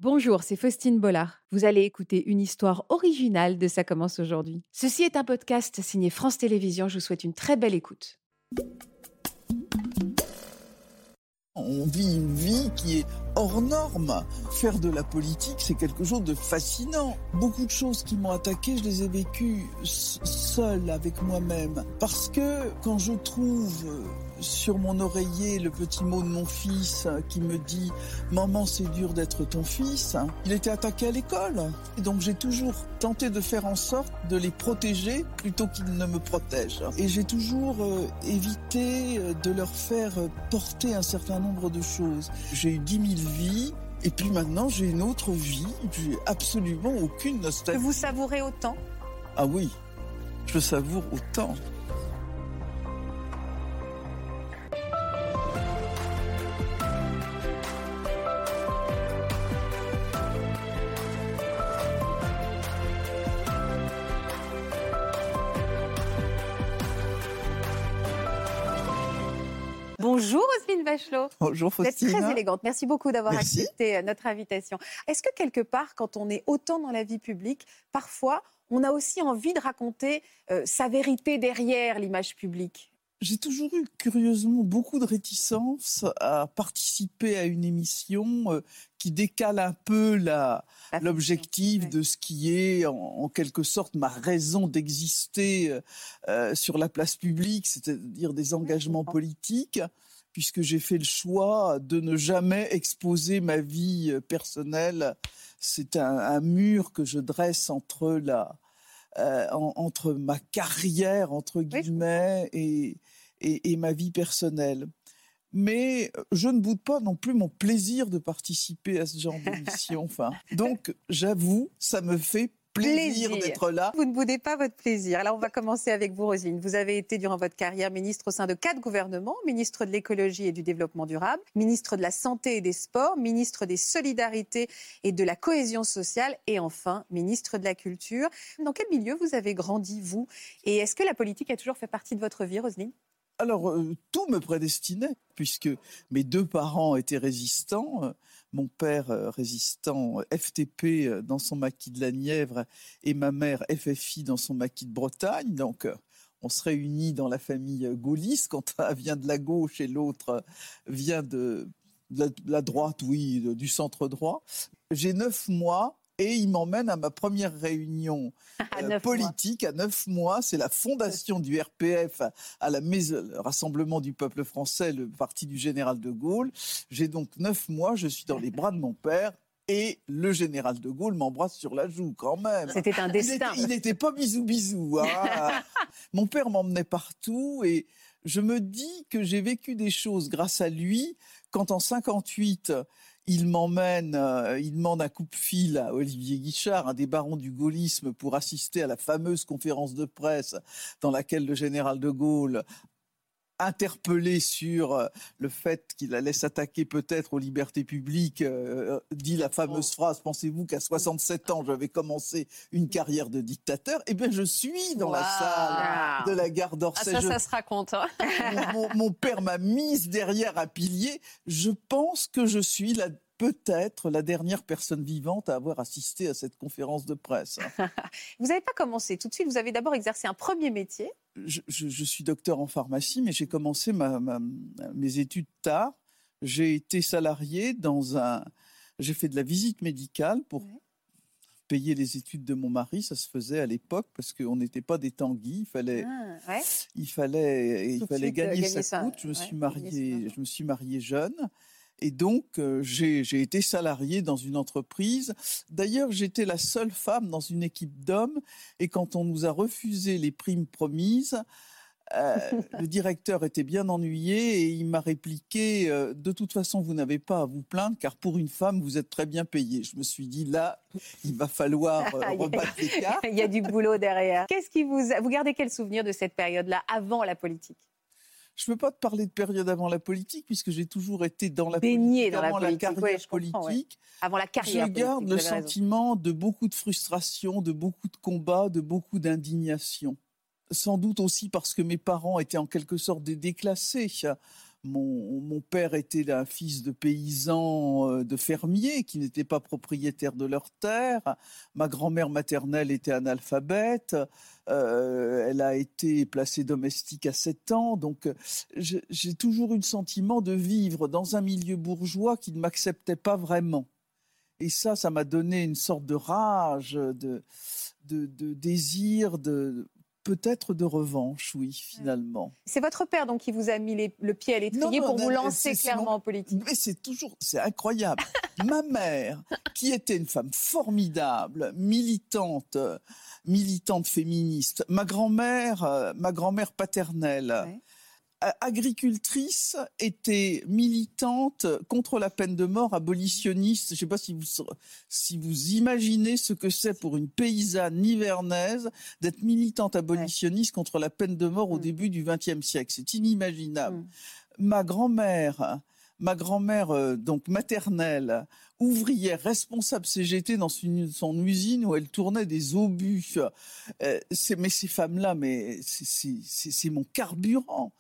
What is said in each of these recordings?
Bonjour, c'est Faustine Bollard. Vous allez écouter une histoire originale de Ça commence aujourd'hui. Ceci est un podcast signé France Télévisions. Je vous souhaite une très belle écoute. On vit une vie qui est hors norme. Faire de la politique, c'est quelque chose de fascinant. Beaucoup de choses qui m'ont attaqué, je les ai vécues seule avec moi-même. Parce que quand je trouve sur mon oreiller le petit mot de mon fils qui me dit « Maman, c'est dur d'être ton fils », il était attaqué à l'école. Et donc j'ai toujours tenté de faire en sorte de les protéger plutôt qu'ils ne me protègent. Et j'ai toujours évité de leur faire porter un certain nombre de choses. J'ai eu 10 000 vies. Et puis maintenant, j'ai une autre vie. J'ai absolument aucune nostalgie. Que vous savourez autant ? Ah oui, je savoure autant. Bonjour Roselyne Bachelot. Bonjour Faustine. Vous êtes très élégante. Merci beaucoup d'avoir Merci. accepté notre invitation. Est-ce que quelque part, quand on est autant dans la vie publique, parfois, on a aussi envie de raconter sa vérité derrière l'image publique ? J'ai toujours eu, curieusement, beaucoup de réticence à participer à une émission qui décale un peu l'objectif de ce qui est, en quelque sorte, ma raison d'exister sur la place publique, c'est-à-dire des engagements politiques, puisque j'ai fait le choix de ne jamais exposer ma vie personnelle. C'est un mur que je dresse entre ma carrière, entre guillemets, et ma vie personnelle. Mais je ne boude pas non plus mon plaisir de participer à ce genre d'émission. Donc, j'avoue, ça me fait plaisir d'être là. Vous ne boudez pas votre plaisir. Alors, on va commencer avec vous, Roselyne. Vous avez été, durant votre carrière, ministre au sein de 4 gouvernements, ministre de l'écologie et du développement durable, ministre de la santé et des sports, ministre des solidarités et de la cohésion sociale et enfin, ministre de la culture. Dans quel milieu vous avez grandi, vous ? Et est-ce que la politique a toujours fait partie de votre vie, Roselyne ? Alors, tout me prédestinait, puisque mes 2 parents étaient résistants. Mon père résistant FTP dans son maquis de la Nièvre et ma mère FFI dans son maquis de Bretagne. Donc, on se réunit dans la famille gaulliste quand un vient de la gauche et l'autre vient de la droite, oui, du centre droit. J'ai 9 mois. Et il m'emmène à ma première réunion politique à 9 mois. C'est la fondation du RPF à le Rassemblement du peuple français, le parti du général de Gaulle. J'ai donc 9 mois, je suis dans les bras de mon père. Et le général de Gaulle m'embrasse sur la joue quand même. C'était un destin. Il n'était pas bisou. Hein. Mon père m'emmenait partout et je me dis que j'ai vécu des choses grâce à lui quand en 58... Il demande un coup-de-fil à Olivier Guichard, un des barons du gaullisme, pour assister à la fameuse conférence de presse dans laquelle le général de Gaulle, interpellé sur le fait qu'il allait s'attaquer peut-être aux libertés publiques, dit la fameuse phrase « Pensez-vous qu'à 67 ans, j'avais commencé une carrière de dictateur ?» Eh bien, je suis dans la salle de la gare d'Orsay. Ça se raconte. Hein. Mon père m'a mise derrière un pilier. Je pense que je suis peut-être la dernière personne vivante à avoir assisté à cette conférence de presse. Vous n'avez pas commencé tout de suite, vous avez d'abord exercé un premier métier. Je suis docteur en pharmacie, mais j'ai commencé mes études tard. J'ai été salarié j'ai fait de la visite médicale pour payer les études de mon mari. Ça se faisait à l'époque parce qu'on n'était pas des tanguis. Il fallait gagner sa croûte. Je me suis marié jeune. Et donc, j'ai été salariée dans une entreprise. D'ailleurs, j'étais la seule femme dans une équipe d'hommes. Et quand on nous a refusé les primes promises, le directeur était bien ennuyé et il m'a répliqué « De toute façon, vous n'avez pas à vous plaindre, car pour une femme, vous êtes très bien payée. » Je me suis dit, là, il va falloir rebattre les cartes. Il y a du boulot derrière. Vous gardez quel souvenir de cette période-là, avant la politique ? Je ne peux pas te parler de période avant la politique, puisque j'ai toujours été dans la politique, avant la carrière politique. Avant la carrière politique. Je garde le sentiment de beaucoup de frustration, de beaucoup de combats, de beaucoup d'indignation. Sans doute aussi parce que mes parents étaient en quelque sorte des déclassés. Mon père était un fils de paysan, de fermier, qui n'étaient pas propriétaires de leur terre. Ma grand-mère maternelle était analphabète. Elle a été placée domestique à 7 ans. Donc, j'ai toujours eu le sentiment de vivre dans un milieu bourgeois qui ne m'acceptait pas vraiment. Et ça m'a donné une sorte de rage, de désir, peut-être de revanche, oui, finalement. C'est votre père donc qui vous a mis le pied à l'étrier pour vous lancer clairement en politique. Mais c'est incroyable. Ma mère, qui était une femme formidable, militante féministe, ma grand-mère paternelle, ouais, agricultrice, était militante contre la peine de mort, abolitionniste. Je ne sais pas si vous imaginez ce que c'est pour une paysanne nivernaise d'être militante abolitionniste, ouais, contre la peine de mort au début du XXe siècle. C'est inimaginable. Ma grand-mère, donc maternelle, ouvrière, responsable CGT dans son usine où elle tournait des obus. Mais ces femmes-là, c'est mon carburant.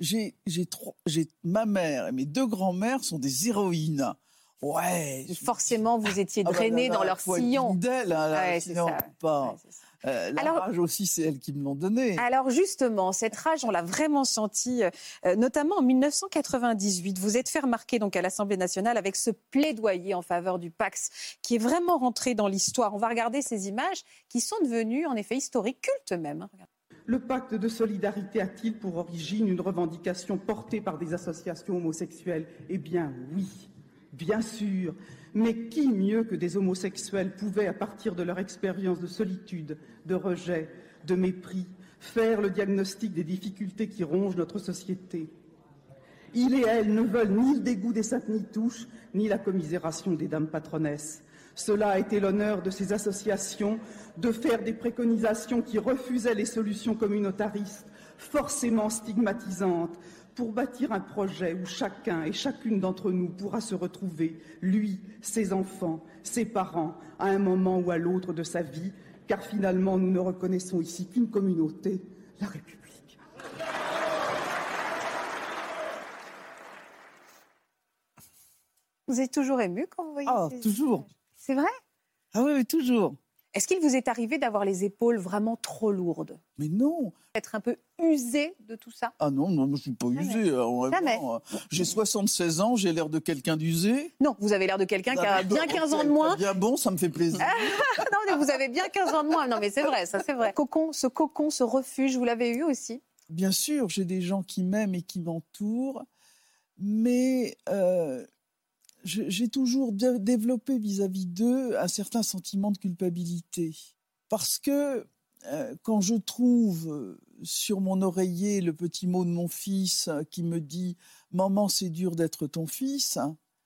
Ma mère et mes 2 grands-mères sont des héroïnes. Ouais. Forcément, vous étiez drainé dans leur sillon. D'elle, ouais, sinon, pas. La rage aussi, c'est elles qui me l'ont donnée. Alors justement, cette rage, on l'a vraiment sentie, notamment en 1998. Vous êtes fait remarquer donc, à l'Assemblée nationale avec ce plaidoyer en faveur du Pacs, qui est vraiment rentré dans l'histoire. On va regarder ces images qui sont devenues, en effet, historiques, cultes même. Le pacte de solidarité a-t-il pour origine une revendication portée par des associations homosexuelles ? Eh bien oui, bien sûr. Mais qui mieux que des homosexuels pouvait, à partir de leur expérience de solitude, de rejet, de mépris, faire le diagnostic des difficultés qui rongent notre société ? Il et elle ne veulent ni le dégoût des saintes Nitouches, ni la commisération des dames patronesses. Cela a été l'honneur de ces associations de faire des préconisations qui refusaient les solutions communautaristes, forcément stigmatisantes, pour bâtir un projet où chacun et chacune d'entre nous pourra se retrouver, lui, ses enfants, ses parents, à un moment ou à l'autre de sa vie, car finalement nous ne reconnaissons ici qu'une communauté, la République. Vous êtes toujours ému quand vous voyez ces toujours. images. C'est vrai ? Ah oui, toujours. Est-ce qu'il vous est arrivé d'avoir les épaules vraiment trop lourdes ? Mais non. Être un peu usé de tout ça ? Ah non, je ne suis pas usé. Jamais. J'ai 76 ans, j'ai l'air de quelqu'un d'usé. Non, vous avez l'air de quelqu'un qui a bien 15 ans de moins. Bien bon, ça me fait plaisir. Non, mais vous avez bien 15 ans de moins. Non, mais c'est vrai, ça c'est vrai. Ce cocon, ce refuge, vous l'avez eu aussi ? Bien sûr, j'ai des gens qui m'aiment et qui m'entourent, mais j'ai toujours développé vis-à-vis d'eux un certain sentiment de culpabilité. Parce que quand je trouve sur mon oreiller le petit mot de mon fils qui me dit « Maman, c'est dur d'être ton fils »,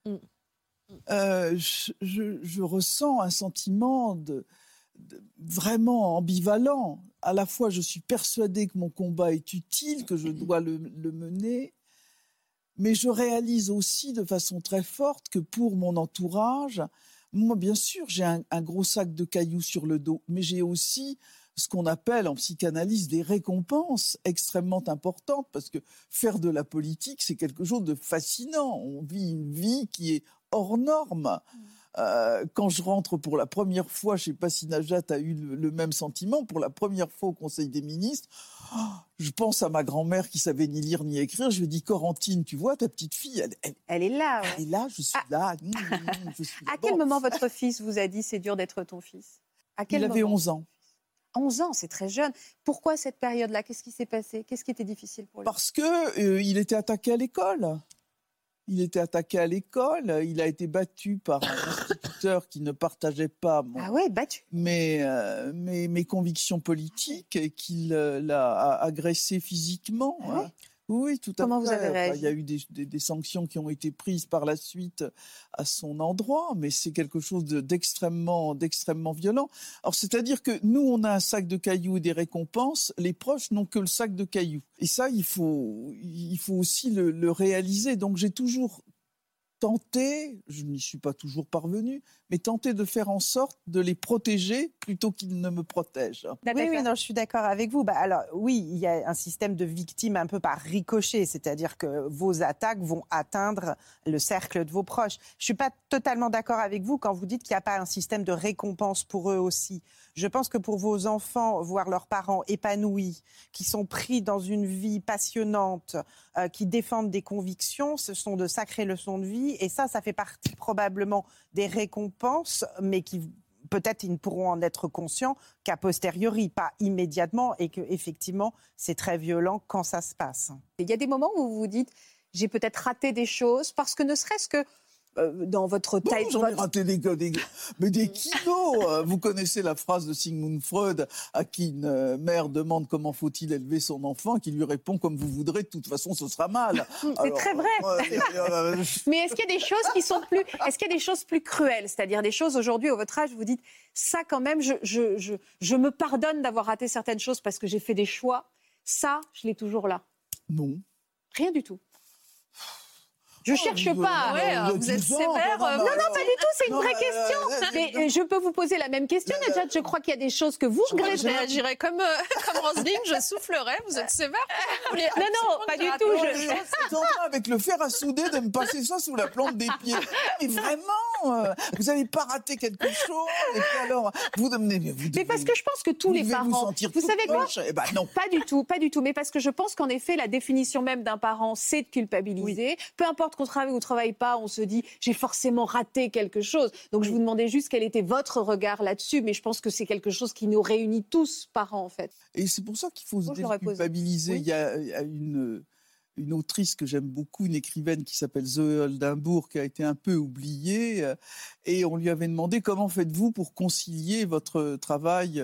je ressens un sentiment vraiment ambivalent. À la fois, je suis persuadée que mon combat est utile, que je dois le mener, mais je réalise aussi de façon très forte que pour mon entourage, moi, bien sûr, j'ai un gros sac de cailloux sur le dos, mais j'ai aussi ce qu'on appelle en psychanalyse des récompenses extrêmement importantes, parce que faire de la politique, c'est quelque chose de fascinant. On vit une vie qui est hors norme. Quand je rentre pour la première fois, je ne sais pas si Najat a eu le même sentiment, pour la première fois au Conseil des ministres, je pense à ma grand-mère qui savait ni lire ni écrire. Je lui dis, Corentine, tu vois, ta petite fille, elle est là. Ouais. Elle est là, je suis là. Je suis là. À quel moment votre fils vous a dit, c'est dur d'être ton fils ? Il avait 11 ans. 11 ans, c'est très jeune. Pourquoi cette période-là ? Qu'est-ce qui s'est passé ? Qu'est-ce qui était difficile pour lui ? Parce qu'il était attaqué à l'école. Il était attaqué à l'école. Il a été battu par un instituteur qui ne partageait pas mes convictions politiques et qui l'a agressé physiquement. Ah ouais. Oui, tout à fait. Comment vous avez réagi ? Il y a eu des sanctions qui ont été prises par la suite à son endroit, mais c'est quelque chose d'extrêmement violent. Alors, c'est-à-dire que nous, on a un sac de cailloux et des récompenses. Les proches n'ont que le sac de cailloux. Et ça, il faut aussi le réaliser. Donc, j'ai toujours tenter, je n'y suis pas toujours parvenue, mais tenter de faire en sorte de les protéger plutôt qu'ils ne me protègent. Oui, non, je suis d'accord avec vous. Alors oui, il y a un système de victimes un peu par ricochet, c'est-à-dire que vos attaques vont atteindre le cercle de vos proches. Je ne suis pas totalement d'accord avec vous quand vous dites qu'il n'y a pas un système de récompense pour eux aussi. Je pense que pour vos enfants, voir leurs parents épanouis, qui sont pris dans une vie passionnante, qui défendent des convictions, ce sont de sacrées leçons de vie. Et ça fait partie probablement des récompenses, mais qui peut-être ils ne pourront en être conscients qu'a posteriori, pas immédiatement, et qu'effectivement, c'est très violent quand ça se passe. Il y a des moments où vous vous dites, j'ai peut-être raté des choses, parce que ne serait-ce que dans votre taille... J'en ai raté des kilos. Vous connaissez la phrase de Sigmund Freud, à qui une mère demande comment faut-il élever son enfant, qui lui répond comme vous voudrez, de toute façon ce sera mal. C'est très vrai. Mais est-ce qu'il y a des choses qui sont plus... Est-ce qu'il y a des choses plus cruelles, c'est-à-dire des choses aujourd'hui, à votre âge, vous dites, ça quand même, je me pardonne d'avoir raté certaines choses parce que j'ai fait des choix. Ça, je l'ai toujours là. Non. Rien du tout. Je cherche pas. Vous êtes sévère. Non, pas du tout, c'est une vraie question. Mais je peux vous poser la même question, Najat. Je crois qu'il y a des choses que vous regrettez. Je réagirais comme Roselyne, je soufflerais. Vous êtes sévère. Non, pas du tout. C'est en train, avec le fer à souder, de me passer ça sous la plante des pieds. Mais vraiment, vous n'avez pas raté quelque chose. Et puis alors, vous devez... Mais parce que je pense que tous les parents... Vous savez quoi ? Non. Pas du tout. Mais parce que je pense qu'en effet, la définition même d'un parent, c'est de culpabiliser. Oui. Peu importe qu'on travaille ou ne travaille pas, on se dit j'ai forcément raté quelque chose. Donc je vous demandais juste quel était votre regard là-dessus, mais je pense que c'est quelque chose qui nous réunit tous, parents en fait. Et c'est pour ça qu'il faut se déculpabiliser. Oui. Il y a une autrice que j'aime beaucoup, une écrivaine qui s'appelle Zoé Oldenbourg, qui a été un peu oubliée, et on lui avait demandé comment faites-vous pour concilier votre travail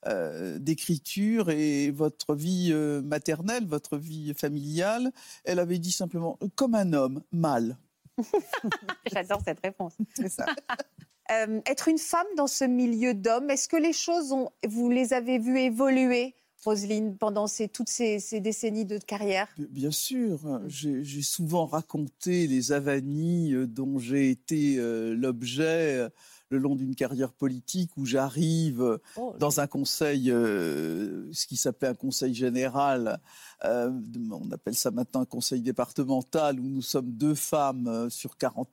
d'écriture et votre vie maternelle, votre vie familiale. Elle avait dit simplement comme un homme, mal. J'adore cette réponse. C'est ça. Être une femme dans ce milieu d'hommes, est-ce que les choses, vous les avez vues évoluer, Roselyne, pendant toutes ces décennies de carrière? Bien sûr. J'ai souvent raconté les avanies dont j'ai été l'objet le long d'une carrière politique où j'arrive dans un conseil, ce qui s'appelait un conseil général, on appelle ça maintenant un conseil départemental, où nous sommes 2 femmes sur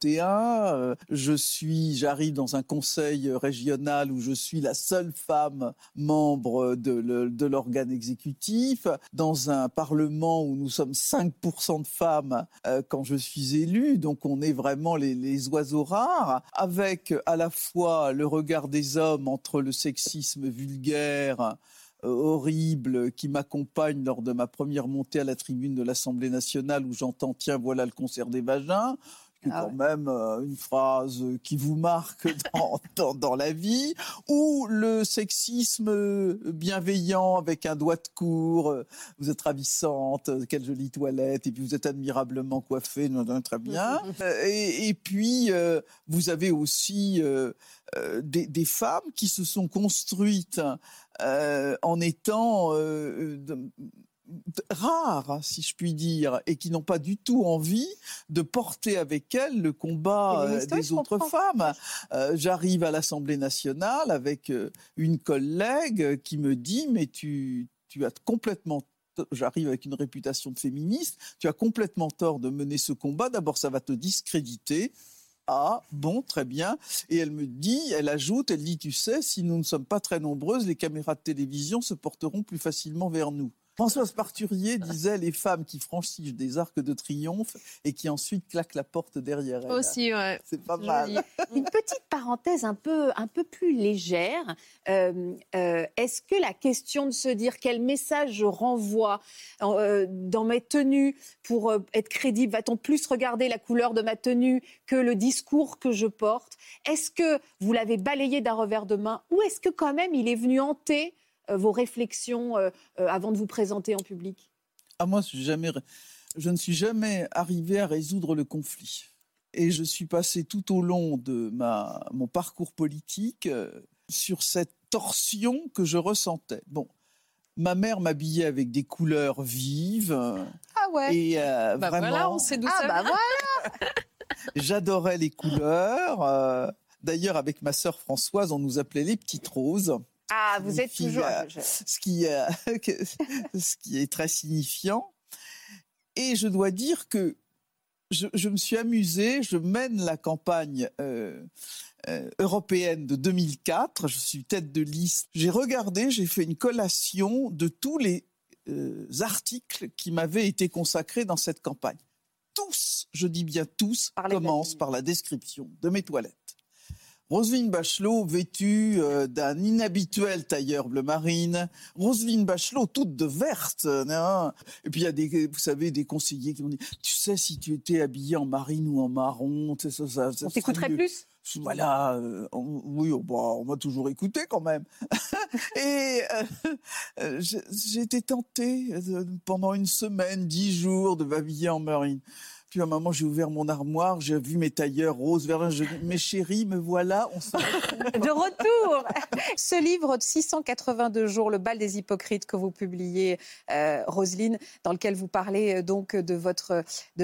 41. J'arrive dans un conseil régional où je suis la seule femme membre de l'organe exécutif, dans un parlement où nous sommes 5% de femmes quand je suis élue, donc on est vraiment les oiseaux rares, avec à la fois le regard des hommes entre le sexisme vulgaire, horrible, qui m'accompagne lors de ma première montée à la tribune de l'Assemblée nationale où j'entends « Tiens, voilà le concert des vagins », qui est quand même une phrase qui vous marque dans la vie, ou le sexisme bienveillant avec un doigt de cour, vous êtes ravissante, quelle jolie toilette, et puis vous êtes admirablement coiffée, très bien. Et puis, vous avez aussi des femmes qui se sont construites en étant... rares, si je puis dire, et qui n'ont pas du tout envie de porter avec elles le combat des autres femmes. J'arrive à l'Assemblée nationale avec une collègue qui me dit « Mais tu as complètement... » J'arrive avec une réputation de féministe. « Tu as complètement tort de mener ce combat. D'abord, ça va te discréditer. » Ah, bon, très bien. Et elle ajoute, tu sais, si nous ne sommes pas très nombreuses, les caméras de télévision se porteront plus facilement vers nous. Françoise Parturier disait les femmes qui franchissent des arcs de triomphe et qui ensuite claquent la porte derrière elles. Aussi, ouais. C'est pas mal. Une petite parenthèse un peu plus légère. Est-ce que la question de se dire quel message je renvoie dans mes tenues pour être crédible, va-t-on plus regarder la couleur de ma tenue que le discours que je porte? Est-ce que vous l'avez balayé d'un revers de main ou est-ce que quand même il est venu hanter vos réflexions avant de vous présenter en public? Moi, je ne suis jamais arrivé à résoudre le conflit. Et je suis passé tout au long de mon parcours politique sur cette torsion que je ressentais. Bon, ma mère m'habillait avec des couleurs vives. Ah ouais. Et vraiment... Voilà, on sait d'où ça vient. Voilà. J'adorais les couleurs. D'ailleurs, avec ma sœur Françoise, on nous appelait les petites roses. Ah, vous êtes toujours... Ce qui est très signifiant. Et je dois dire que je me suis amusée. Je mène la campagne européenne de 2004. Je suis tête de liste. J'ai fait une collation de tous les articles qui m'avaient été consacrés dans cette campagne. Tous, je dis bien tous, commencent par la description de mes toilettes. Roselyne Bachelot vêtue d'un inhabituel tailleur bleu marine. Roselyne Bachelot toute de verte. Hein. Et puis il y a vous savez, des conseillers qui ont dit, tu sais, si tu étais habillée en marine ou en marron, ça on t'écouterait plus. Voilà, oui, on m'a toujours écouté quand même. Et j'ai été tentée pendant une semaine, 10 jours, de m'habiller en marine. Puis à un moment, j'ai ouvert mon armoire, j'ai vu mes tailleurs roses, verts. Je dis, mes chéris, me voilà, on se retrouve. De retour. Ce livre de 682 jours, Le bal des hypocrites, que vous publiez, Roselyne, dans lequel vous parlez donc de votre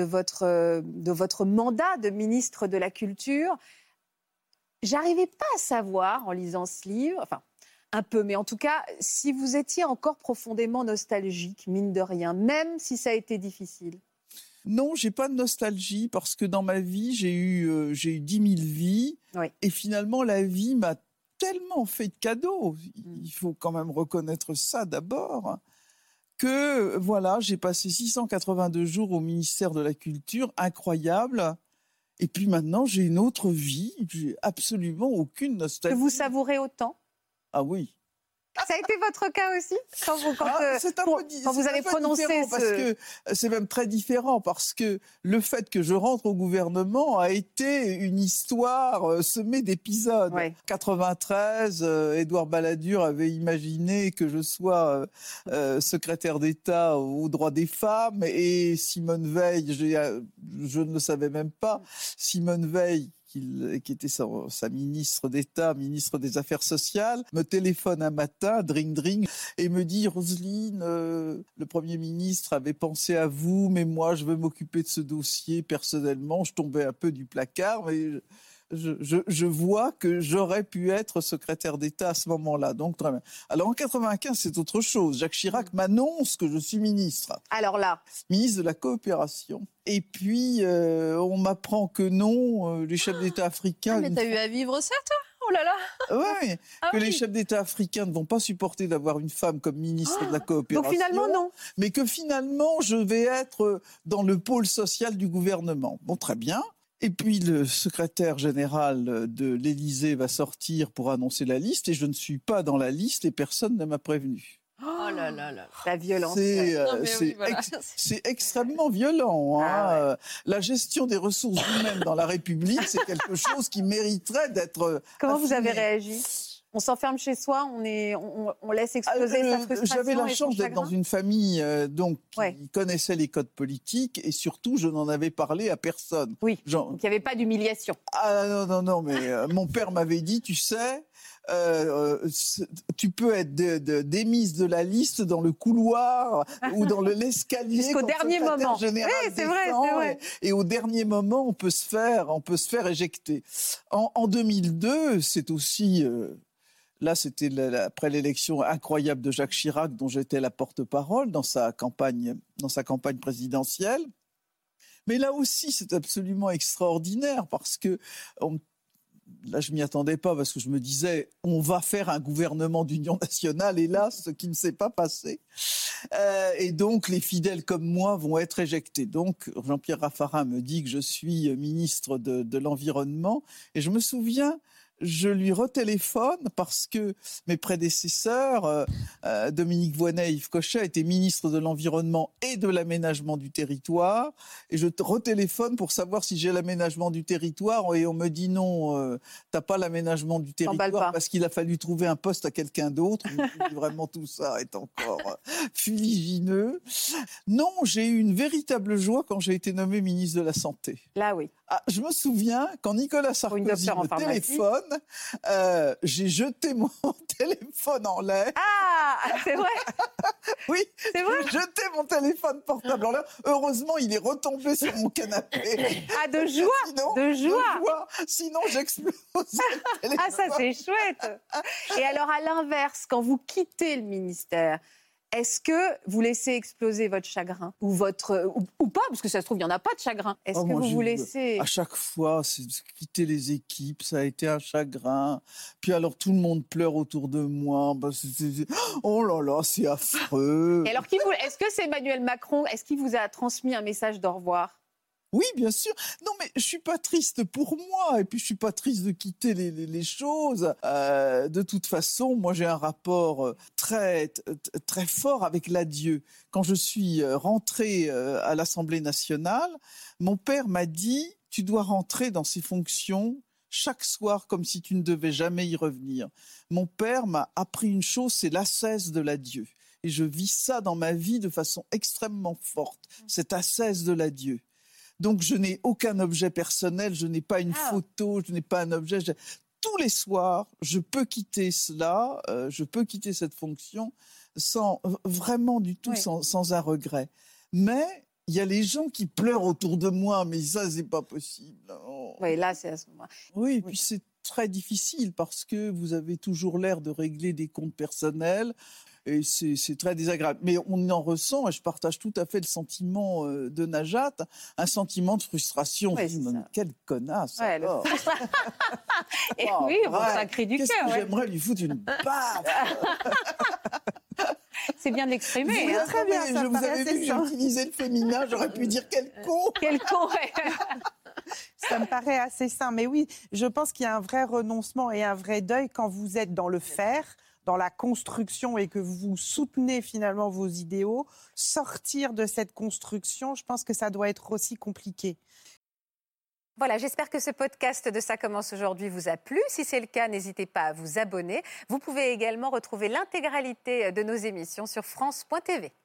mandat de ministre de la Culture. J'arrivais pas à savoir, en lisant ce livre, enfin, un peu, mais en tout cas, si vous étiez encore profondément nostalgique, mine de rien, même si ça a été difficile. Non, j'ai pas de nostalgie parce que dans ma vie, j'ai eu 10 000 vies. Oui. Et finalement, la vie m'a tellement fait de cadeaux. Il faut quand même reconnaître ça d'abord. Que voilà, j'ai passé 682 jours au ministère de la Culture, incroyable. Et puis maintenant, j'ai une autre vie. J'ai absolument aucune nostalgie. Que vous savourez autant ? Ah oui. Ça a été votre cas aussi quand vous avez prononcé parce que c'est même très différent parce que le fait que je rentre au gouvernement a été une histoire semée d'épisodes. Ouais. 93, Édouard Balladur avait imaginé que je sois secrétaire d'État aux droits des femmes et Simone Veil, je ne le savais même pas, Simone Veil, qui était sa ministre d'État, ministre des Affaires sociales, me téléphone un matin, dring, et me dit « Roselyne, le Premier ministre avait pensé à vous, mais moi, je veux m'occuper de ce dossier personnellement. » Je tombais un peu du placard, mais je vois que j'aurais pu être secrétaire d'État à ce moment-là. Donc, très bien. Alors, en 95, c'est autre chose. Jacques Chirac m'annonce que je suis ministre. Alors là, ministre de la coopération. Et puis, on m'apprend que non, les chefs d'État africains... mais t'as eu à vivre ça, toi ? Oh là là. Oui, les chefs d'État africains ne vont pas supporter d'avoir une femme comme ministre de la coopération. Donc finalement, non. Mais que finalement, je vais être dans le pôle social du gouvernement. Bon, très bien. Et puis le secrétaire général de l'Élysée va sortir pour annoncer la liste et je ne suis pas dans la liste et personne ne m'a prévenu. Oh là là là. La violence. C'est extrêmement violent. Hein. La gestion des ressources humaines dans la République, c'est quelque chose qui mériterait d'être... Comment vous avez réagi ? On s'enferme chez soi, on laisse exploser sa frustration. J'avais la chance d'être dans une famille qui connaissait les codes politiques et surtout, je n'en avais parlé à personne. Oui, donc il n'y avait pas d'humiliation. Ah non, mais mon père m'avait dit, tu sais, tu peux être démise de la liste dans le couloir ou dans l'escalier jusqu'au dernier moment. Oui, c'est vrai. Et au dernier moment, on peut se faire éjecter. En 2002, c'est aussi là, c'était après l'élection incroyable de Jacques Chirac, dont j'étais la porte-parole dans sa campagne présidentielle. Mais là aussi, c'est absolument extraordinaire parce que là, je m'y attendais pas parce que je me disais, on va faire un gouvernement d'union nationale, et là, ce qui ne s'est pas passé. Et donc, les fidèles comme moi vont être éjectés. Donc, Jean-Pierre Raffarin me dit que je suis ministre de l'Environnement, et je me souviens, je lui retéléphone parce que mes prédécesseurs, Dominique Voynet et Yves Cochet, étaient ministres de l'Environnement et de l'Aménagement du territoire. Et je retéléphone pour savoir si j'ai l'aménagement du territoire. Et on me dit non, t'as pas l'aménagement du territoire parce qu'il a fallu trouver un poste à quelqu'un d'autre. Vraiment, tout ça est encore fuligineux. Non, j'ai eu une véritable joie quand j'ai été nommé ministre de la Santé. Là, oui. Je me souviens quand Nicolas Sarkozy me téléphone j'ai jeté mon téléphone en l'air. Ah, c'est vrai. Oui, C'est vrai. j'ai jeté mon téléphone portable en l'air. Heureusement, il est retombé sur mon canapé. Ah, de joie. Sinon, De joie. Sinon, j'explose. le téléphone. Ah, ça, c'est chouette. Et alors, à l'inverse, quand vous quittez le ministère, est-ce que vous laissez exploser votre chagrin ou pas, parce que ça se trouve, il n'y en a pas de chagrin. Est-ce que vous laissez... À chaque fois, c'est quitter les équipes, ça a été un chagrin. Puis alors, tout le monde pleure autour de moi. Oh là là, c'est affreux. Et alors, est-ce que c'est Emmanuel Macron? Est-ce qu'il vous a transmis un message d'au revoir? Oui, bien sûr. Non, mais je suis pas triste pour moi. Et puis, je suis pas triste de quitter les choses. De toute façon, moi, j'ai un rapport très, très fort avec l'adieu. Quand je suis rentrée à l'Assemblée nationale, mon père m'a dit « Tu dois rentrer dans ces fonctions chaque soir comme si tu ne devais jamais y revenir. » Mon père m'a appris une chose, c'est l'ascèse de l'adieu. Et je vis ça dans ma vie de façon extrêmement forte, cette ascèse de l'adieu. Donc, je n'ai aucun objet personnel, je n'ai pas une photo, je n'ai pas un objet. Tous les soirs, je peux quitter cela, je peux quitter cette fonction sans vraiment du tout, sans un regret. Mais il y a les gens qui pleurent autour de moi, mais ça, c'est pas possible. Oh. Oui, là, c'est à ce moment. Oui, et puis c'est très difficile parce que vous avez toujours l'air de régler des comptes personnels. Et c'est très désagréable. Mais on en ressent, et je partage tout à fait le sentiment de Najat, un sentiment de frustration. Ouais, Quelle connasse. Ouais, et oui, c'est un cri du cœur. Qu'est-ce que j'aimerais lui foutre une baffe. C'est bien de l'exprimer. Vous, Hein. très bien, je vous avais vu, j'ai utilisé le féminin, j'aurais pu dire quel con. Quel con, Ça me paraît assez sain. Mais oui, je pense qu'il y a un vrai renoncement et un vrai deuil quand vous êtes dans le faire, dans la construction et que vous soutenez finalement vos idéaux. Sortir de cette construction, je pense que ça doit être aussi compliqué. Voilà, j'espère que ce podcast de Ça commence aujourd'hui vous a plu. Si c'est le cas, n'hésitez pas à vous abonner. Vous pouvez également retrouver l'intégralité de nos émissions sur France.tv.